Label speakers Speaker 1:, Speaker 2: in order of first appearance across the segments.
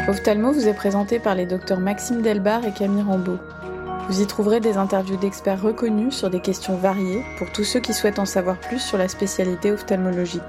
Speaker 1: Ophtalmo vous est présenté par les docteurs Maxime Delbar et Camille Rambaud. Vous y trouverez des interviews d'experts reconnus sur des questions variées pour tous ceux qui souhaitent en savoir plus sur la spécialité ophtalmologique.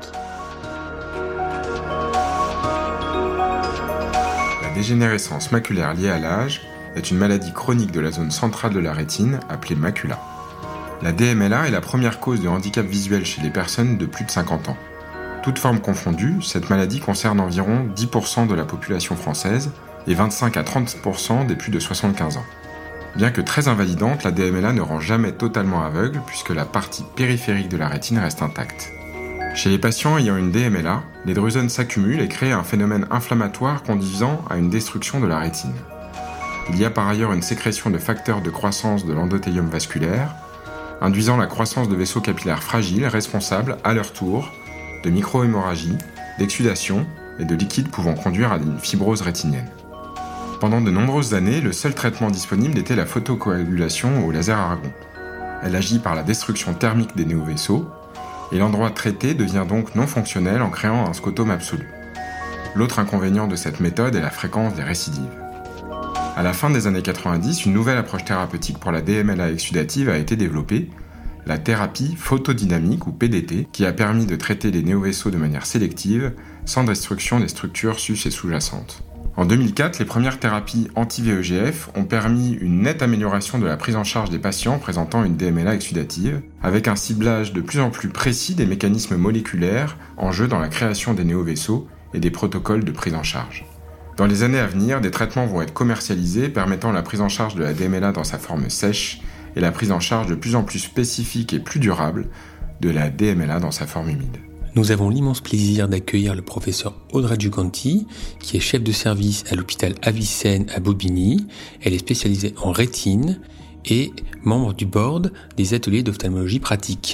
Speaker 2: La dégénérescence maculaire liée à l'âge est une maladie chronique de la zone centrale de la rétine appelée macula. La DMLA est la première cause de handicap visuel chez les personnes de plus de 50 ans. Toutes formes confondues, cette maladie concerne environ 10% de la population française et 25 à 30% des plus de 75 ans. Bien que très invalidante, la DMLA ne rend jamais totalement aveugle puisque la partie périphérique de la rétine reste intacte. Chez les patients ayant une DMLA, les drusones s'accumulent et créent un phénomène inflammatoire conduisant à une destruction de la rétine. Il y a par ailleurs une sécrétion de facteurs de croissance de l'endothélium vasculaire, induisant la croissance de vaisseaux capillaires fragiles responsables, à leur tour, de micro-hémorragie, d'exsudation et de liquide pouvant conduire à une fibrose rétinienne. Pendant de nombreuses années, le seul traitement disponible était la photocoagulation au laser argon. Elle agit par la destruction thermique des néovaisseaux, et l'endroit traité devient donc non fonctionnel en créant un scotome absolu. L'autre inconvénient de cette méthode est la fréquence des récidives. À la fin des années 90, une nouvelle approche thérapeutique pour la DMLA exsudative a été développée, la thérapie photodynamique ou PDT, qui a permis de traiter les néovaisseaux de manière sélective, sans destruction des structures sus- et sous-jacentes. En 2004, les premières thérapies anti-VEGF ont permis une nette amélioration de la prise en charge des patients présentant une DMLA exsudative, avec un ciblage de plus en plus précis des mécanismes moléculaires en jeu dans la création des néovaisseaux et des protocoles de prise en charge. Dans les années à venir, des traitements vont être commercialisés permettant la prise en charge de la DMLA dans sa forme sèche et la prise en charge de plus en plus spécifique et plus durable de la DMLA dans sa forme humide.
Speaker 3: Nous avons l'immense plaisir d'accueillir le professeur Audrey Giuganti, qui est chef de service à l'hôpital Avicenne à Bobigny. Elle est spécialisée en rétine et membre du board des ateliers d'ophtalmologie pratique.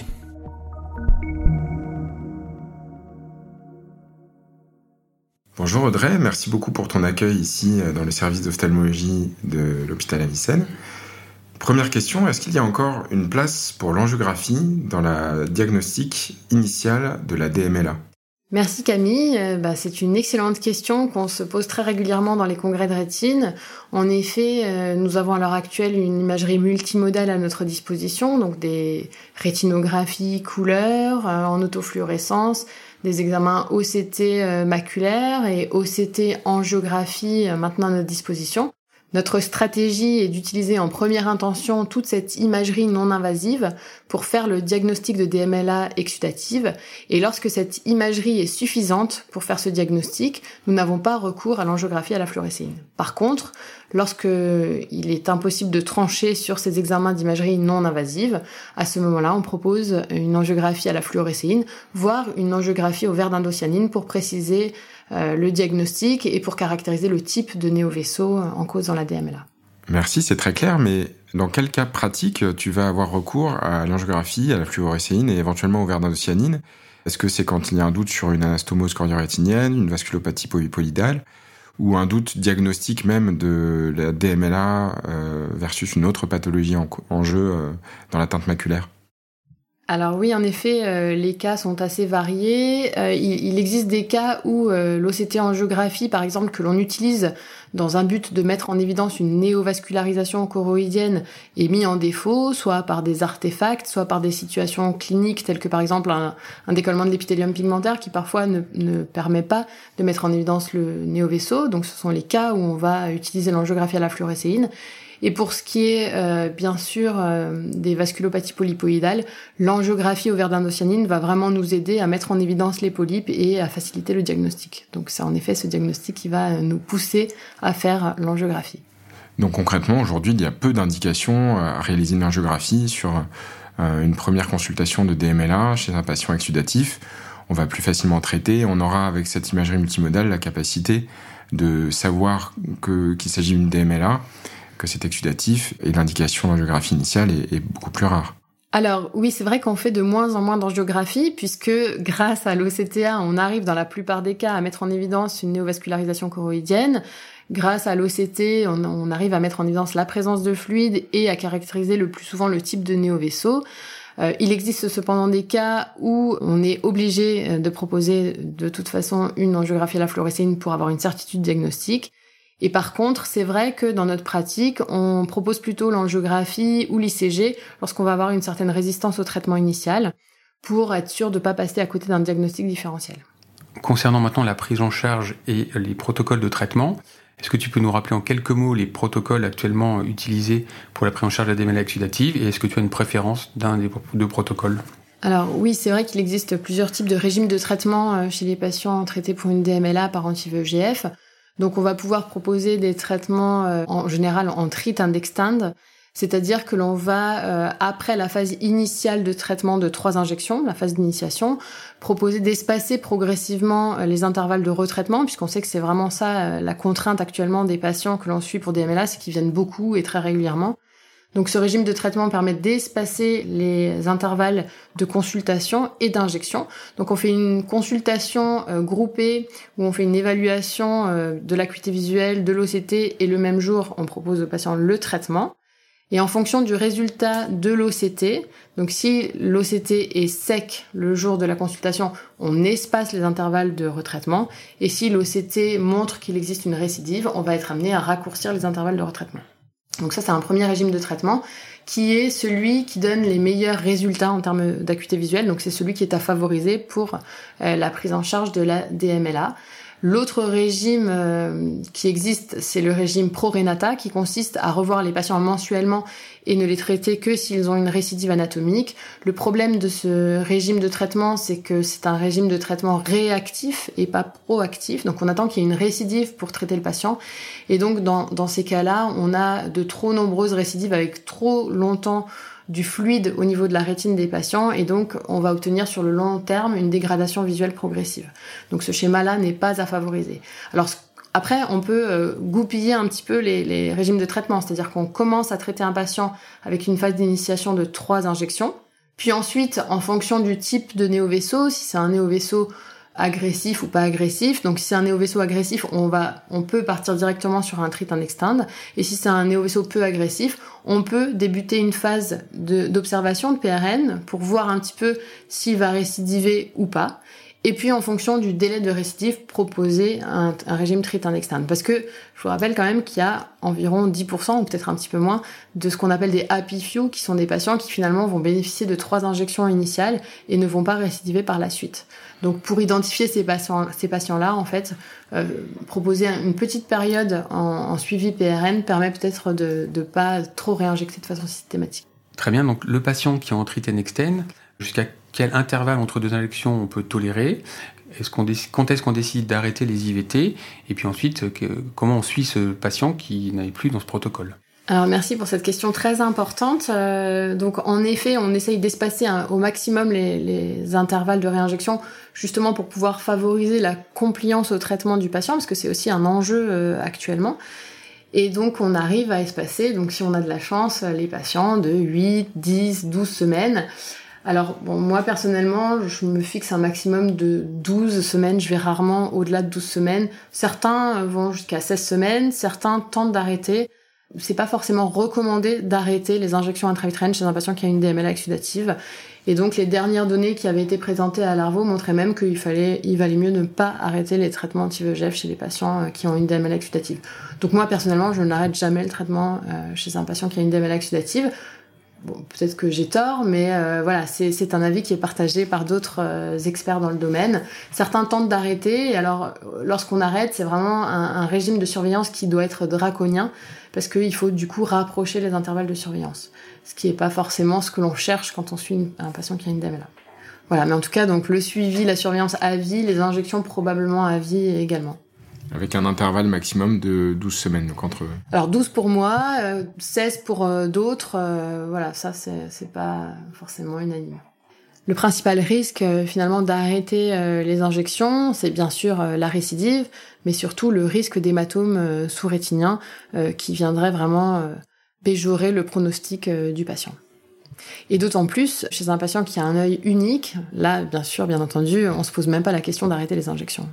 Speaker 2: Bonjour Audrey, merci beaucoup pour ton accueil ici dans le service d'ophtalmologie de l'hôpital Avicenne. Première question, est-ce qu'il y a encore une place pour l'angiographie dans la diagnostic initial de la DMLA ?
Speaker 4: Merci Camille, c'est une excellente question qu'on se pose très régulièrement dans les congrès de rétine. En effet, nous avons à l'heure actuelle une imagerie multimodale à notre disposition, donc des rétinographies couleur, en autofluorescence, des examens OCT maculaires et OCT angiographie maintenant à notre disposition. Notre stratégie est d'utiliser en première intention toute cette imagerie non invasive pour faire le diagnostic de DMLA exsudative. Et lorsque cette imagerie est suffisante pour faire ce diagnostic, nous n'avons pas recours à l'angiographie à la fluorescéine. Par contre, lorsque il est impossible de trancher sur ces examens d'imagerie non invasive, à ce moment-là, on propose une angiographie à la fluorescéine, voire une angiographie au verre d'indocyanine pour préciser le diagnostic et pour caractériser le type de néovaisseau en cause dans la DMLA.
Speaker 2: Merci, c'est très clair, mais dans quel cas pratique tu vas avoir recours à l'angiographie, à la fluorescéine et éventuellement au verre d'indocyanine ? Est-ce que c'est quand il y a un doute sur une anastomose cornéo-rétinienne, une vasculopathie polypoïdale, ou un doute diagnostique même de la DMLA versus une autre pathologie en jeu dans la teinte maculaire ?
Speaker 4: Alors oui, en effet, les cas sont assez variés. Il existe des cas où l'OCT angiographie, par exemple, que l'on utilise dans un but de mettre en évidence une néovascularisation choroïdienne, est mis en défaut, soit par des artefacts, soit par des situations cliniques telles que par exemple un décollement de l'épithélium pigmentaire qui parfois ne permet pas de mettre en évidence le néovaisseau. Donc ce sont les cas où on va utiliser l'angiographie à la fluorescéine. Et pour ce qui est bien sûr des vasculopathies polypoïdales, l'angiographie au verre d'indocyanine va vraiment nous aider à mettre en évidence les polypes et à faciliter le diagnostic. Donc c'est en effet ce diagnostic qui va nous pousser à faire l'angiographie.
Speaker 2: Donc concrètement, aujourd'hui, il y a peu d'indications à réaliser une angiographie sur une première consultation de DMLA chez un patient exsudatif. On va plus facilement traiter, on aura avec cette imagerie multimodale la capacité de savoir qu'il s'agit d'une DMLA, que c'est exsudatif, et l'indication d'angiographie initiale est beaucoup plus rare.
Speaker 4: Alors oui, c'est vrai qu'on fait de moins en moins d'angiographie, puisque grâce à l'OCTA, on arrive dans la plupart des cas à mettre en évidence une néovascularisation choroïdienne. Grâce à l'OCT, on arrive à mettre en évidence la présence de fluide et à caractériser le plus souvent le type de néovaisseau. Il existe cependant des cas où on est obligé de proposer de toute façon une angiographie à la fluorescéine pour avoir une certitude diagnostique. Et par contre, c'est vrai que dans notre pratique, on propose plutôt l'angiographie ou l'ICG lorsqu'on va avoir une certaine résistance au traitement initial pour être sûr de ne pas passer à côté d'un diagnostic différentiel.
Speaker 3: Concernant maintenant la prise en charge et les protocoles de traitement, est-ce que tu peux nous rappeler en quelques mots les protocoles actuellement utilisés pour la prise en charge de la DMLA exudative et est-ce que tu as une préférence d'un des deux protocoles ?
Speaker 4: Alors oui, c'est vrai qu'il existe plusieurs types de régimes de traitement chez les patients traités pour une DMLA par anti-VEGF. Donc on va pouvoir proposer des traitements en général en treat and extend, c'est-à-dire que l'on va, après la phase initiale de traitement de 3 injections, la phase d'initiation, proposer d'espacer progressivement les intervalles de retraitement, puisqu'on sait que c'est vraiment ça la contrainte actuellement des patients que l'on suit pour DMLA, c'est qu'ils viennent beaucoup et très régulièrement. Donc ce régime de traitement permet d'espacer les intervalles de consultation et d'injection. Donc on fait une consultation groupée où on fait une évaluation de l'acuité visuelle, de l'OCT et le même jour on propose au patient le traitement. Et en fonction du résultat de l'OCT, donc si l'OCT est sec le jour de la consultation, on espace les intervalles de retraitement. Et si l'OCT montre qu'il existe une récidive, on va être amené à raccourcir les intervalles de retraitement. Donc ça, c'est un premier régime de traitement qui est celui qui donne les meilleurs résultats en termes d'acuité visuelle. Donc c'est celui qui est à favoriser pour la prise en charge de la DMLA. L'autre régime qui existe, c'est le régime ProRenata, qui consiste à revoir les patients mensuellement et ne les traiter que s'ils ont une récidive anatomique. Le problème de ce régime de traitement, c'est que c'est un régime de traitement réactif et pas proactif. Donc on attend qu'il y ait une récidive pour traiter le patient. Et donc dans ces cas-là, on a de trop nombreuses récidives avec trop longtemps du fluide au niveau de la rétine des patients et donc on va obtenir sur le long terme une dégradation visuelle progressive. Donc ce schéma-là n'est pas à favoriser. Alors après, on peut goupiller un petit peu les régimes de traitement, c'est-à-dire qu'on commence à traiter un patient avec une phase d'initiation de 3 injections, puis ensuite, en fonction du type de néovaisseau, si c'est un néovaisseau agressif ou pas agressif. Donc si c'est un néovaisseau agressif, on peut partir directement sur un treat and extend. Et si c'est un néovaisseau peu agressif, on peut débuter une phase d'observation de PRN pour voir un petit peu s'il va récidiver ou pas. Et puis en fonction du délai de récidive, proposer un régime treat and extend. Parce que je vous rappelle quand même qu'il y a environ 10% ou peut-être un petit peu moins de ce qu'on appelle des happy few, qui sont des patients qui finalement vont bénéficier de 3 injections initiales et ne vont pas récidiver par la suite. Donc pour identifier ces patients-là, en fait, proposer une petite période en suivi PRN permet peut-être de ne pas trop réinjecter de façon systématique.
Speaker 3: Très bien, donc le patient qui est en treat and extend, jusqu'à quel intervalle entre 2 injections on peut tolérer ? Quand est-ce qu'on décide d'arrêter les IVT ? Et puis ensuite, comment on suit ce patient qui n'est plus dans ce protocole ?
Speaker 4: Alors merci pour cette question très importante. Donc en effet, on essaye d'espacer au maximum les intervalles de réinjection, justement pour pouvoir favoriser la compliance au traitement du patient, parce que c'est aussi un enjeu actuellement. Et donc on arrive à espacer, donc si on a de la chance, les patients de 8, 10, 12 semaines. Alors, bon, moi, personnellement, je me fixe un maximum de 12 semaines. Je vais rarement au-delà de 12 semaines. Certains vont jusqu'à 16 semaines. Certains tentent d'arrêter. C'est pas forcément recommandé d'arrêter les injections intravitréennes chez un patient qui a une DMLA exudative. Et donc, les dernières données qui avaient été présentées à l'ARVO montraient même qu'il valait mieux ne pas arrêter les traitements anti-VEGF chez les patients qui ont une DMLA exudative. Donc, moi, personnellement, je n'arrête jamais le traitement chez un patient qui a une DMLA exudative. Bon, peut-être que j'ai tort, mais voilà, c'est un avis qui est partagé par d'autres experts dans le domaine. Certains tentent d'arrêter, et alors lorsqu'on arrête, c'est vraiment un régime de surveillance qui doit être draconien, parce qu'il faut du coup rapprocher les intervalles de surveillance, ce qui n'est pas forcément ce que l'on cherche quand on suit un patient qui a une DMLA. Voilà, mais en tout cas, donc le suivi, la surveillance à vie, les injections probablement à vie également.
Speaker 2: Avec un intervalle maximum de 12 semaines, donc entre...
Speaker 4: Alors 12 pour moi, 16 pour d'autres, voilà, ça c'est pas forcément unanime. Le principal risque finalement d'arrêter les injections, c'est bien sûr la récidive, mais surtout le risque d'hématome sous-rétinien qui viendrait vraiment péjorer le pronostic du patient. Et d'autant plus chez un patient qui a un œil unique, là bien sûr, bien entendu, on se pose même pas la question d'arrêter les injections.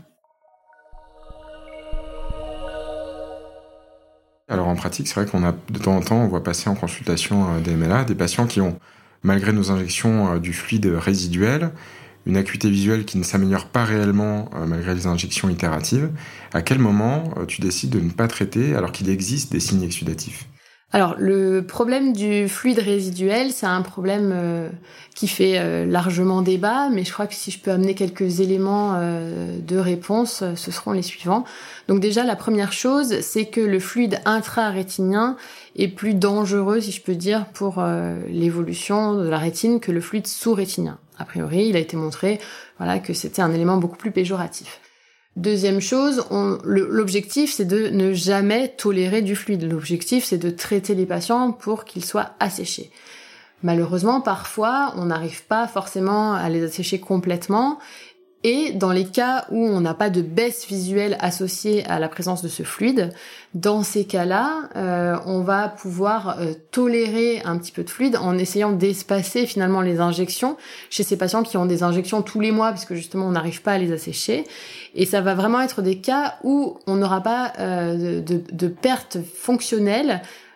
Speaker 2: Alors en pratique, c'est vrai qu'on a de temps en temps, on voit passer en consultation DMLA des patients qui ont, malgré nos injections, du fluide résiduel, une acuité visuelle qui ne s'améliore pas réellement malgré les injections itératives, à quel moment tu décides de ne pas traiter alors qu'il existe des signes exsudatifs ?
Speaker 4: Alors, le problème du fluide résiduel, c'est un problème qui fait largement débat, mais je crois que si je peux amener quelques éléments de réponse, ce seront les suivants. Donc déjà, la première chose, c'est que le fluide intra-rétinien est plus dangereux, si je peux dire, pour l'évolution de la rétine que le fluide sous-rétinien. A priori, il a été montré que c'était un élément beaucoup plus péjoratif. Deuxième chose, l'objectif, c'est de ne jamais tolérer du fluide. L'objectif, c'est de traiter les patients pour qu'ils soient asséchés. Malheureusement, parfois, on n'arrive pas forcément à les assécher complètement. Et dans les cas où on n'a pas de baisse visuelle associée à la présence de ce fluide, dans ces cas-là, on va pouvoir tolérer un petit peu de fluide en essayant d'espacer finalement les injections chez ces patients qui ont des injections tous les mois parce que justement on n'arrive pas à les assécher. Et ça va vraiment être des cas où on n'aura pas de perte fonctionnelle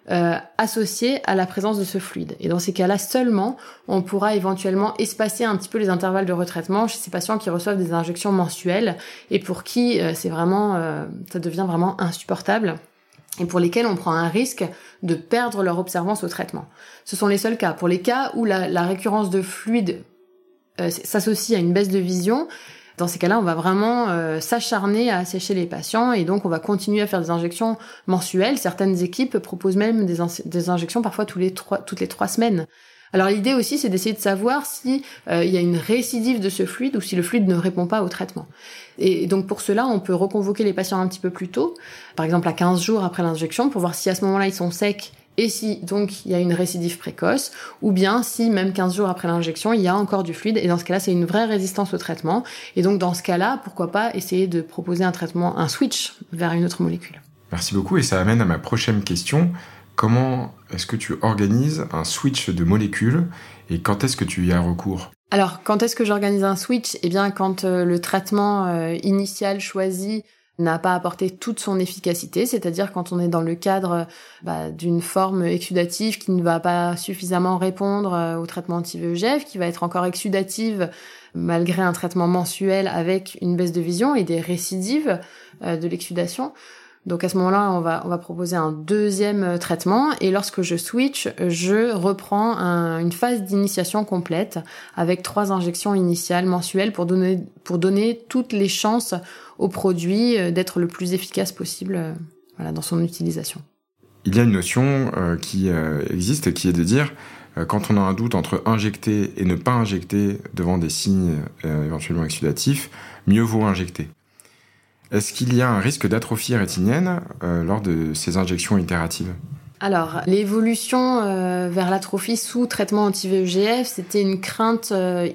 Speaker 4: associé à la présence de ce fluide. Et dans ces cas-là seulement, on pourra éventuellement espacer un petit peu les intervalles de retraitement chez ces patients qui reçoivent des injections mensuelles et pour qui c'est vraiment, ça devient vraiment insupportable et pour lesquels on prend un risque de perdre leur observance au traitement. Ce sont les seuls cas. Pour les cas où la récurrence de fluide s'associe à une baisse de vision, dans ces cas-là, on va vraiment s'acharner à assécher les patients et donc on va continuer à faire des injections mensuelles. Certaines équipes proposent même des injections parfois toutes les 3 semaines. Alors l'idée aussi, c'est d'essayer de savoir si il y a une récidive de ce fluide ou si le fluide ne répond pas au traitement. Et donc pour cela, on peut reconvoquer les patients un petit peu plus tôt, par exemple à 15 jours après l'injection, pour voir si à ce moment-là ils sont secs et si donc il y a une récidive précoce, ou bien si même 15 jours après l'injection, il y a encore du fluide, et dans ce cas-là, c'est une vraie résistance au traitement. Et donc dans ce cas-là, pourquoi pas essayer de proposer un traitement, un switch vers une autre molécule.
Speaker 2: Merci beaucoup, et ça amène à ma prochaine question. Comment est-ce que tu organises un switch de molécules, et quand est-ce que tu y as recours ?
Speaker 4: Alors, quand est-ce que j'organise un switch ? Eh bien, quand le traitement initial choisi n'a pas apporté toute son efficacité, c'est-à-dire quand on est dans le cadre d'une forme exsudative qui ne va pas suffisamment répondre au traitement anti-VEGF, qui va être encore exsudative malgré un traitement mensuel avec une baisse de vision et des récidives de l'exsudation. Donc à ce moment-là, on va proposer un deuxième traitement et lorsque je switch, je reprends une phase d'initiation complète avec 3 injections initiales mensuelles pour donner toutes les chances au produit d'être le plus efficace possible dans son utilisation.
Speaker 2: Il y a une notion qui existe, qui est de dire quand on a un doute entre injecter et ne pas injecter devant des signes éventuellement exsudatifs, mieux vaut injecter. Est-ce qu'il y a un risque d'atrophie rétinienne lors de ces injections itératives ?
Speaker 4: Alors, l'évolution vers l'atrophie sous traitement anti-VEGF, c'était une crainte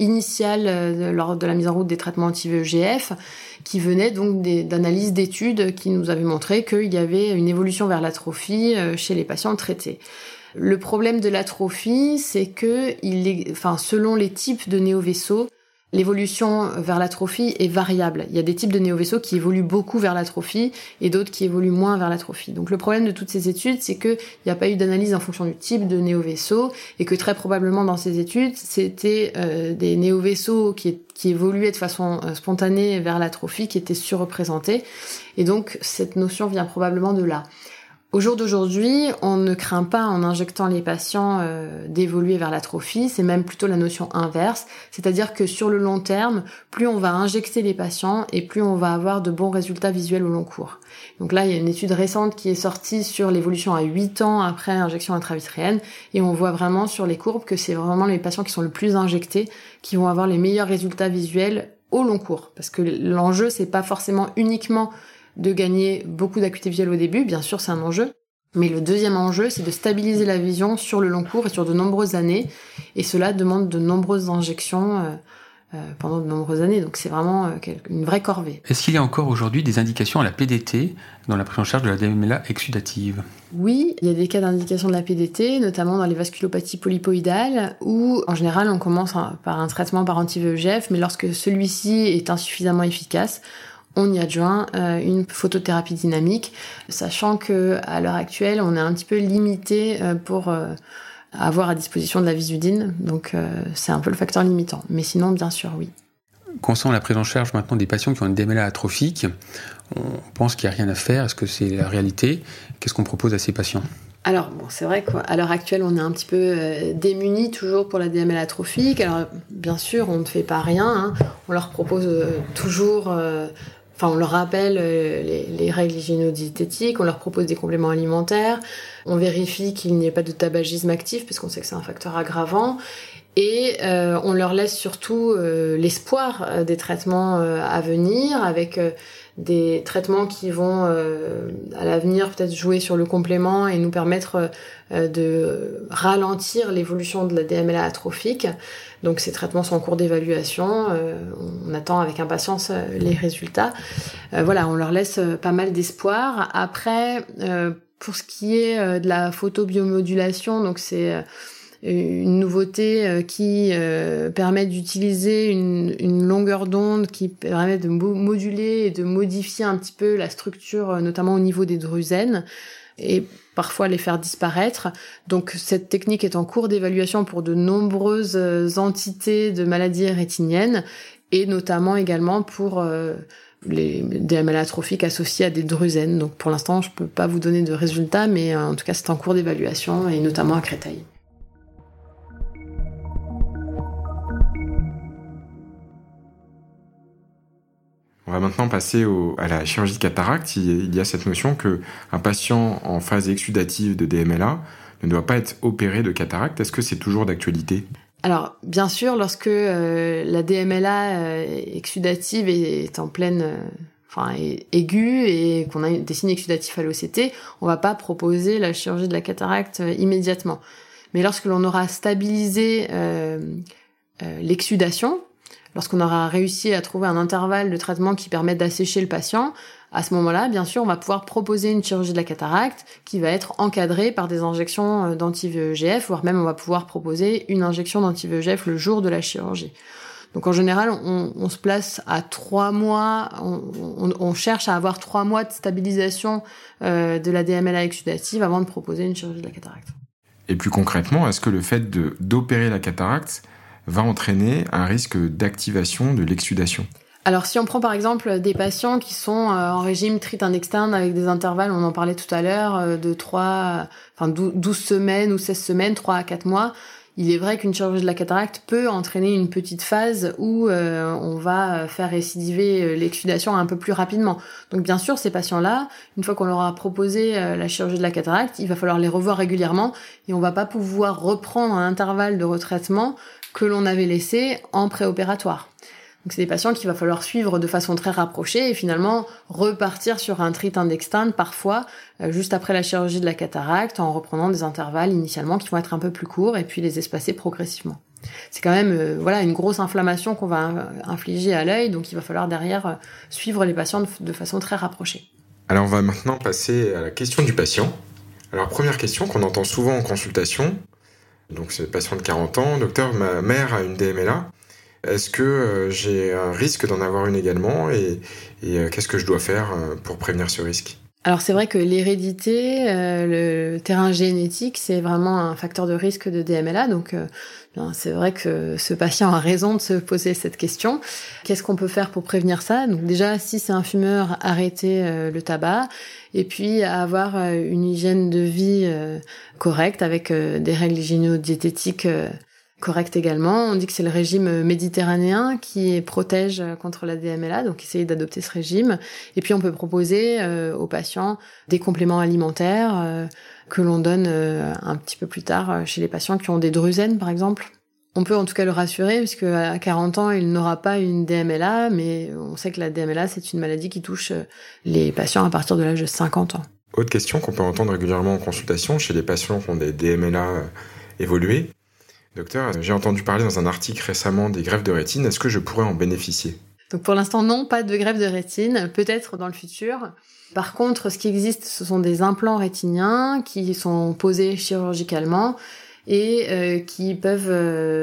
Speaker 4: initiale lors de la mise en route des traitements anti-VEGF qui venait donc d'analyses d'études qui nous avaient montré qu'il y avait une évolution vers l'atrophie chez les patients traités. Le problème de l'atrophie, c'est que selon les types de néovaisseaux, l'évolution vers l'atrophie est variable. Il y a des types de néovaisseaux qui évoluent beaucoup vers l'atrophie et d'autres qui évoluent moins vers l'atrophie. Donc le problème de toutes ces études, c'est qu'il n'y a pas eu d'analyse en fonction du type de néovaisseau et que très probablement dans ces études, c'était des néovaisseaux qui évoluaient de façon spontanée vers l'atrophie qui étaient surreprésentés. Et donc cette notion vient probablement de là. Au jour d'aujourd'hui, on ne craint pas en injectant les patients d'évoluer vers l'atrophie, c'est même plutôt la notion inverse, c'est-à-dire que sur le long terme, plus on va injecter les patients et plus on va avoir de bons résultats visuels au long cours. Donc là, il y a une étude récente qui est sortie sur l'évolution à 8 ans après injection intravitréenne et on voit vraiment sur les courbes que c'est vraiment les patients qui sont le plus injectés qui vont avoir les meilleurs résultats visuels au long cours. Parce que l'enjeu, c'est pas forcément uniquement de gagner beaucoup d'acuité visuelle au début, bien sûr c'est un enjeu, mais le deuxième enjeu c'est de stabiliser la vision sur le long cours et sur de nombreuses années, et cela demande de nombreuses injections pendant de nombreuses années, donc c'est vraiment une vraie corvée.
Speaker 3: Est-ce qu'il y a encore aujourd'hui des indications à la PDT dans la prise en charge de la DMLA exsudative ?
Speaker 4: Oui, il y a des cas d'indication de la PDT, notamment dans les vasculopathies polypoïdales, où en général on commence par un traitement par anti-VEGF, mais lorsque celui-ci est insuffisamment efficace, on y adjoint une photothérapie dynamique, sachant que à l'heure actuelle, on est un petit peu limité pour avoir à disposition de la Visudyne, donc c'est un peu le facteur limitant. Mais sinon, bien sûr, oui.
Speaker 3: Concernant la prise en charge maintenant des patients qui ont une DMLA atrophique, on pense qu'il n'y a rien à faire. Est-ce que c'est la réalité ? Qu'est-ce qu'on propose à ces patients ?
Speaker 4: Alors, c'est vrai qu'à l'heure actuelle, on est un petit peu démunis toujours pour la DMLA atrophique. Alors, bien sûr, on ne fait pas rien. On leur propose toujours... on leur rappelle les règles hygiéno-diététiques, on leur propose des compléments alimentaires, on vérifie qu'il n'y ait pas de tabagisme actif, parce qu'on sait que c'est un facteur aggravant. Et on leur laisse surtout l'espoir des traitements à venir, avec des traitements qui vont à l'avenir peut-être jouer sur le complément et nous permettre de ralentir l'évolution de la DMLA atrophique. Donc ces traitements sont en cours d'évaluation, on attend avec impatience les résultats. On leur laisse pas mal d'espoir. Après, pour ce qui est de la photobiomodulation, donc c'est une nouveauté qui permet d'utiliser une longueur d'onde qui permet de moduler et de modifier un petit peu la structure, notamment au niveau des drusènes, et parfois les faire disparaître. Donc cette technique est en cours d'évaluation pour de nombreuses entités de maladies rétiniennes, et notamment également pour les DMLA atrophiques associés à des drusènes. Donc pour l'instant, je peux pas vous donner de résultats, mais en tout cas c'est en cours d'évaluation, et notamment à Créteil.
Speaker 2: On va maintenant passer à la chirurgie de cataracte. Il y a cette notion qu'un patient en phase exudative de DMLA ne doit pas être opéré de cataracte. Est-ce que c'est toujours d'actualité ?
Speaker 4: Alors, bien sûr, lorsque la DMLA exudative est en pleine... est aiguë et qu'on a des signes exudatifs à l'OCT, on va pas proposer la chirurgie de la cataracte immédiatement. Mais lorsque l'on aura stabilisé l'exsudation, lorsqu'on aura réussi à trouver un intervalle de traitement qui permet d'assécher le patient, à ce moment-là, bien sûr, on va pouvoir proposer une chirurgie de la cataracte qui va être encadrée par des injections d'anti-VEGF, voire même on va pouvoir proposer une injection d'anti-VEGF le jour de la chirurgie. Donc en général, on se place à 3 mois, on cherche à avoir 3 mois de stabilisation de la DMLA exudative avant de proposer une chirurgie de la cataracte.
Speaker 2: Et plus concrètement, est-ce que le fait d'opérer la cataracte va entraîner un risque d'activation de l'exsudation ?
Speaker 4: Alors si on prend par exemple des patients qui sont en régime treat and extend avec des intervalles, on en parlait tout à l'heure, de 12 semaines ou 16 semaines, 3 à 4 mois, il est vrai qu'une chirurgie de la cataracte peut entraîner une petite phase où on va faire récidiver l'exsudation un peu plus rapidement. Donc bien sûr, ces patients-là, une fois qu'on leur a proposé la chirurgie de la cataracte, il va falloir les revoir régulièrement et on va pas pouvoir reprendre un intervalle de retraitement que l'on avait laissé en préopératoire. Donc c'est des patients qu'il va falloir suivre de façon très rapprochée et finalement repartir sur un treat and extend parfois juste après la chirurgie de la cataracte en reprenant des intervalles initialement qui vont être un peu plus courts et puis les espacer progressivement. C'est quand même une grosse inflammation qu'on va infliger à l'œil, donc il va falloir derrière suivre les patients de façon très rapprochée.
Speaker 2: Alors on va maintenant passer à la question du patient. Alors première question qu'on entend souvent en consultation. Donc c'est le patient de 40 ans, docteur, ma mère a une DMLA. Est-ce que j'ai un risque d'en avoir une également et qu'est-ce que je dois faire pour prévenir ce risque ?
Speaker 4: Alors c'est vrai que l'hérédité, le terrain génétique, c'est vraiment un facteur de risque de DMLA. Donc c'est vrai que ce patient a raison de se poser cette question. Qu'est-ce qu'on peut faire pour prévenir ça ? Donc déjà, si c'est un fumeur, arrêter le tabac. Et puis avoir une hygiène de vie correcte avec des règles hygiéno-diététiques correctes également. On dit que c'est le régime méditerranéen qui protège contre la DMLA, donc essayez d'adopter ce régime. Et puis on peut proposer aux patients des compléments alimentaires que l'on donne un petit peu plus tard chez les patients qui ont des drusènes par exemple. On peut en tout cas le rassurer, puisque à 40 ans, il n'aura pas une DMLA, mais on sait que la DMLA, c'est une maladie qui touche les patients à partir de l'âge de 50 ans.
Speaker 2: Autre question qu'on peut entendre régulièrement en consultation chez les patients qui ont des DMLA évoluées. Docteur, j'ai entendu parler dans un article récemment des greffes de rétine. Est-ce que je pourrais en bénéficier ?
Speaker 4: Donc pour l'instant, non, pas de greffe de rétine, peut-être dans le futur. Par contre, ce qui existe, ce sont des implants rétiniens qui sont posés chirurgicalement et qui peuvent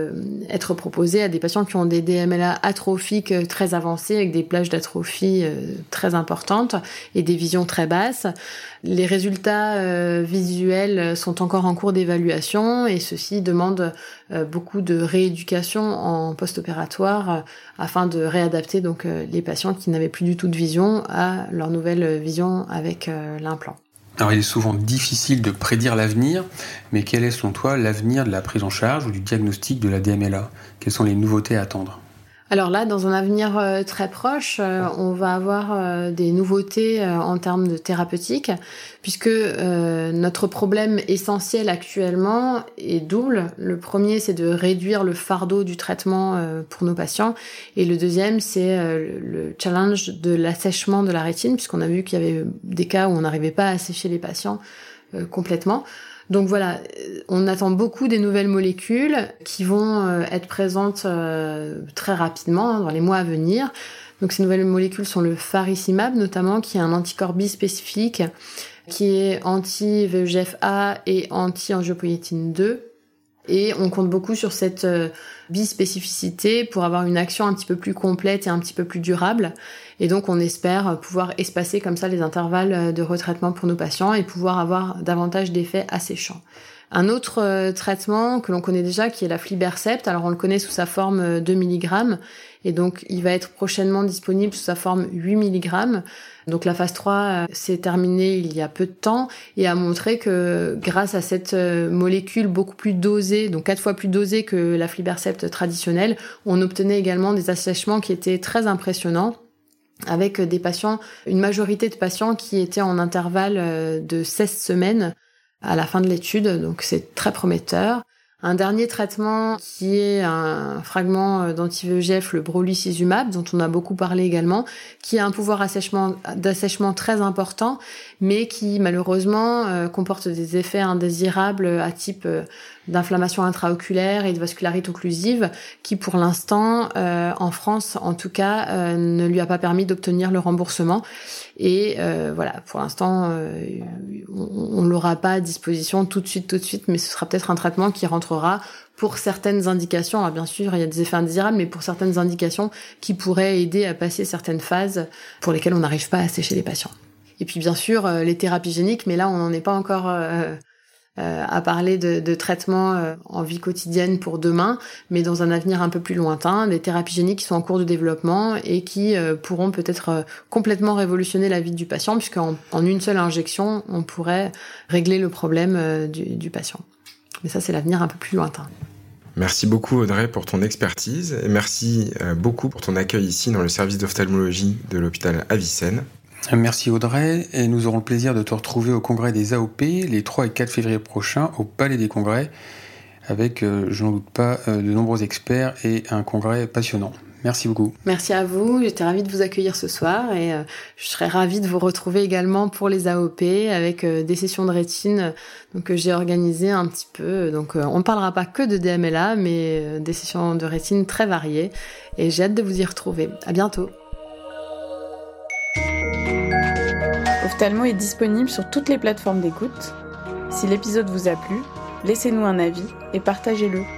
Speaker 4: être proposés à des patients qui ont des DMLA atrophiques très avancés avec des plages d'atrophie très importantes et des visions très basses. Les résultats visuels sont encore en cours d'évaluation et ceci demande beaucoup de rééducation en post-opératoire afin de réadapter donc les patients qui n'avaient plus du tout de vision à leur nouvelle vision avec l'implant.
Speaker 3: Alors il est souvent difficile de prédire l'avenir, mais quel est selon toi l'avenir de la prise en charge ou du diagnostic de la DMLA ? Quelles sont les nouveautés à attendre ?
Speaker 4: Alors là, dans un avenir très proche, on va avoir des nouveautés en termes de thérapeutique, puisque notre problème essentiel actuellement est double. Le premier, c'est de réduire le fardeau du traitement pour nos patients, et le deuxième, c'est le challenge de l'assèchement de la rétine, puisqu'on a vu qu'il y avait des cas où on n'arrivait pas à assécher les patients complètement. Donc voilà, on attend beaucoup des nouvelles molécules qui vont être présentes très rapidement dans les mois à venir. Donc ces nouvelles molécules sont le faricimab notamment, qui est un anticorps bispécifique, qui est anti-VEGF-A et anti-angiopoïétine 2. Et on compte beaucoup sur cette bispécificité pour avoir une action un petit peu plus complète et un petit peu plus durable. Et donc on espère pouvoir espacer comme ça les intervalles de retraitement pour nos patients et pouvoir avoir davantage d'effets asséchants. Un autre traitement que l'on connaît déjà, qui est l'aflibercept, alors on le connaît sous sa forme 2 mg, et donc il va être prochainement disponible sous sa forme 8 mg. Donc la phase 3 s'est terminée il y a peu de temps et a montré que grâce à cette molécule beaucoup plus dosée, donc 4 fois plus dosée que l'aflibercept traditionnel, on obtenait également des assèchements qui étaient très impressionnants, avec des patients, une majorité de patients qui étaient en intervalle de 16 semaines à la fin de l'étude, donc c'est très prometteur. Un dernier traitement qui est un fragment d'anti-VEGF, le brolucizumab, dont on a beaucoup parlé également, qui a un pouvoir d'assèchement très important, mais qui malheureusement comporte des effets indésirables à type d'inflammation intraoculaire et de vascularite occlusive, qui pour l'instant, en France en tout cas, ne lui a pas permis d'obtenir le remboursement. Et voilà, pour l'instant, on l'aura pas à disposition tout de suite, mais ce sera peut-être un traitement qui rentrera pour certaines indications. Alors bien sûr, il y a des effets indésirables, mais pour certaines indications qui pourraient aider à passer certaines phases pour lesquelles on n'arrive pas à assécher les patients. Et puis bien sûr, les thérapies géniques, mais là, on n'en est pas encore à parler de traitements en vie quotidienne pour demain, mais dans un avenir un peu plus lointain, des thérapies géniques qui sont en cours de développement et qui pourront peut-être complètement révolutionner la vie du patient, puisqu'en une seule injection, on pourrait régler le problème du patient. Mais ça, c'est l'avenir un peu plus lointain.
Speaker 2: Merci beaucoup Audrey pour ton expertise et merci beaucoup pour ton accueil ici dans le service d'ophtalmologie de l'hôpital Avicenne.
Speaker 3: Merci Audrey, et nous aurons le plaisir de te retrouver au congrès des AOP les 3 et 4 février prochains au Palais des Congrès avec, je n'en doute pas, de nombreux experts et un congrès passionnant. Merci beaucoup.
Speaker 4: Merci à vous, j'étais ravie de vous accueillir ce soir et je serais ravie de vous retrouver également pour les AOP avec des sessions de rétine que j'ai organisées un petit peu. Donc on ne parlera pas que de DMLA, mais des sessions de rétine très variées et j'ai hâte de vous y retrouver. À bientôt.
Speaker 1: Ophthalmo est disponible sur toutes les plateformes d'écoute. Si l'épisode vous a plu, laissez-nous un avis et partagez-le.